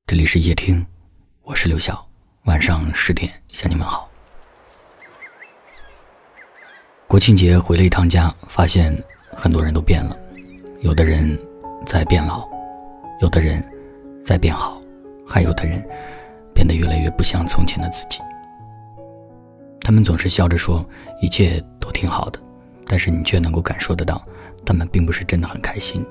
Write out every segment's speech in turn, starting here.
这里是夜听，我是刘晓，晚上10点向你们好。国庆节回了一趟家，发现很多人都变了，有的人在变老，有的人在变好，还有的人变得越来越不像从前的自己。他们总是笑着说一切都挺好的，但是你却能够感受得到他们并不是真的很开心。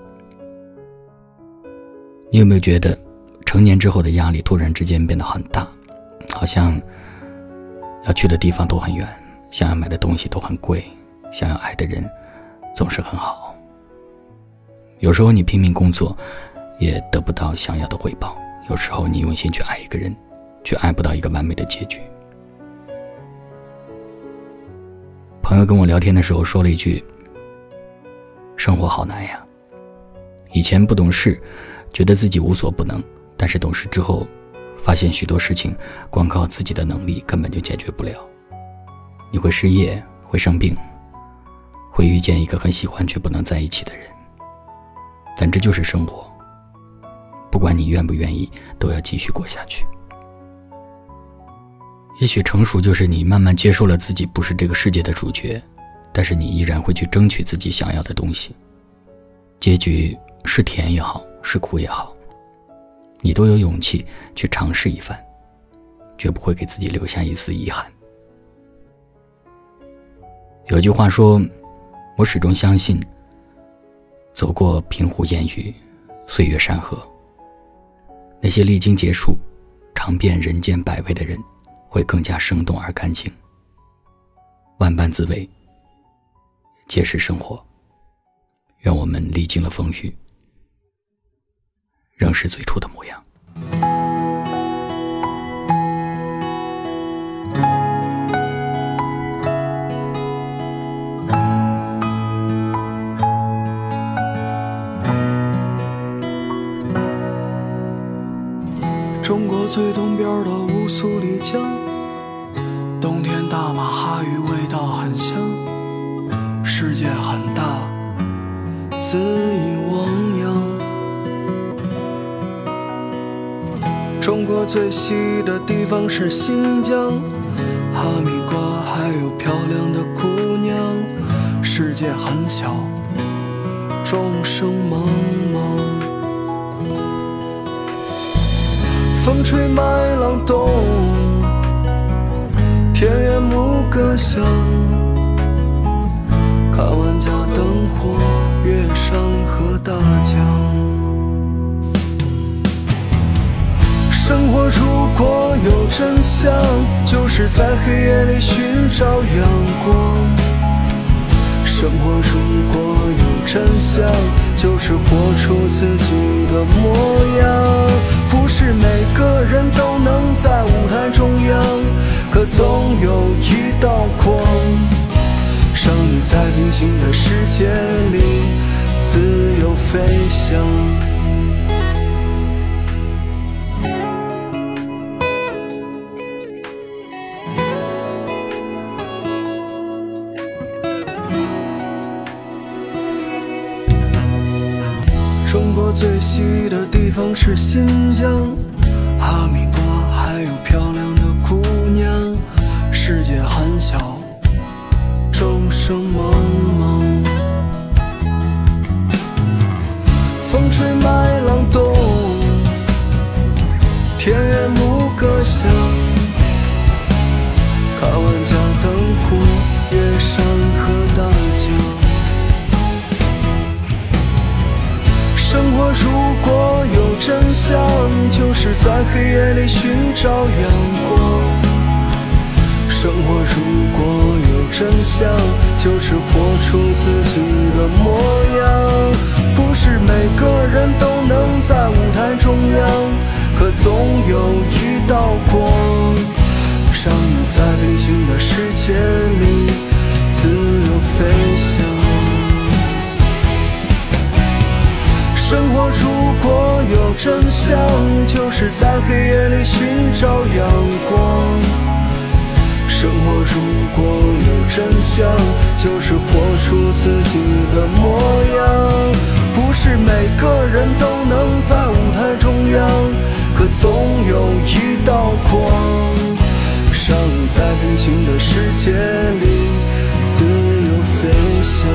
你有没有觉得成年之后的压力突然之间变得很大，好像要去的地方都很远，想要买的东西都很贵，想要爱的人总是很好。有时候你拼命工作也得不到想要的回报，有时候你用心去爱一个人，却爱不到一个完美的结局。朋友跟我聊天的时候说了一句，生活好难呀。以前不懂事，觉得自己无所不能，但是懂事之后发现许多事情光靠自己的能力根本就解决不了。你会失业，会生病，会遇见一个很喜欢却不能在一起的人，但这就是生活，不管你愿不愿意，都要继续过下去。也许成熟就是你慢慢接受了自己不是这个世界的主角，但是你依然会去争取自己想要的东西。结局是甜也好，是苦也好，你都有勇气去尝试一番，绝不会给自己留下一丝遗憾。有句话说，我始终相信，走过平湖烟雨，岁月山河，那些历经劫数，尝遍人间百味的人，会更加生动而干净。万般滋味，皆是生活。愿我们历经了风雨，仍是最初的模样。 中国最东边的乌苏里江，冬天大马哈鱼味道很香。世界很大，恣意汪洋。中国最西的地方是新疆，哈密瓜还有漂亮的姑娘。世界很小，众生茫茫。风吹麦浪动，田园牧歌响。看万家灯火，月山和大江。生活如果有真相，就是在黑夜里寻找阳光。生活如果有真相，就是活出自己的模样。不是每个人都能在舞台中央，可总有一道光，让你在平行的世界里自由飞翔。中国最西的地方是新疆，哈密瓜还有漂亮的姑娘。世界很小，众生茫茫。风吹麦浪动，田园牧歌响。看万家灯火，月山和大江。生活如果有真相，就是在黑夜里寻找阳光。生活如果有真相，就是活出自己的模样。不是每个人都能在舞台中央，可总有一道光，让你在平行的世界里自由飞翔。生活如果有真相，就是在黑夜里寻找阳光。生活如果有真相，就是活出自己的模样。不是每个人都能在舞台中央，可总有一道光，让你在平行的世界里自由飞翔。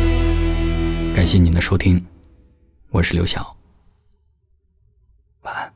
感谢您的收听，我是刘晓，晚安。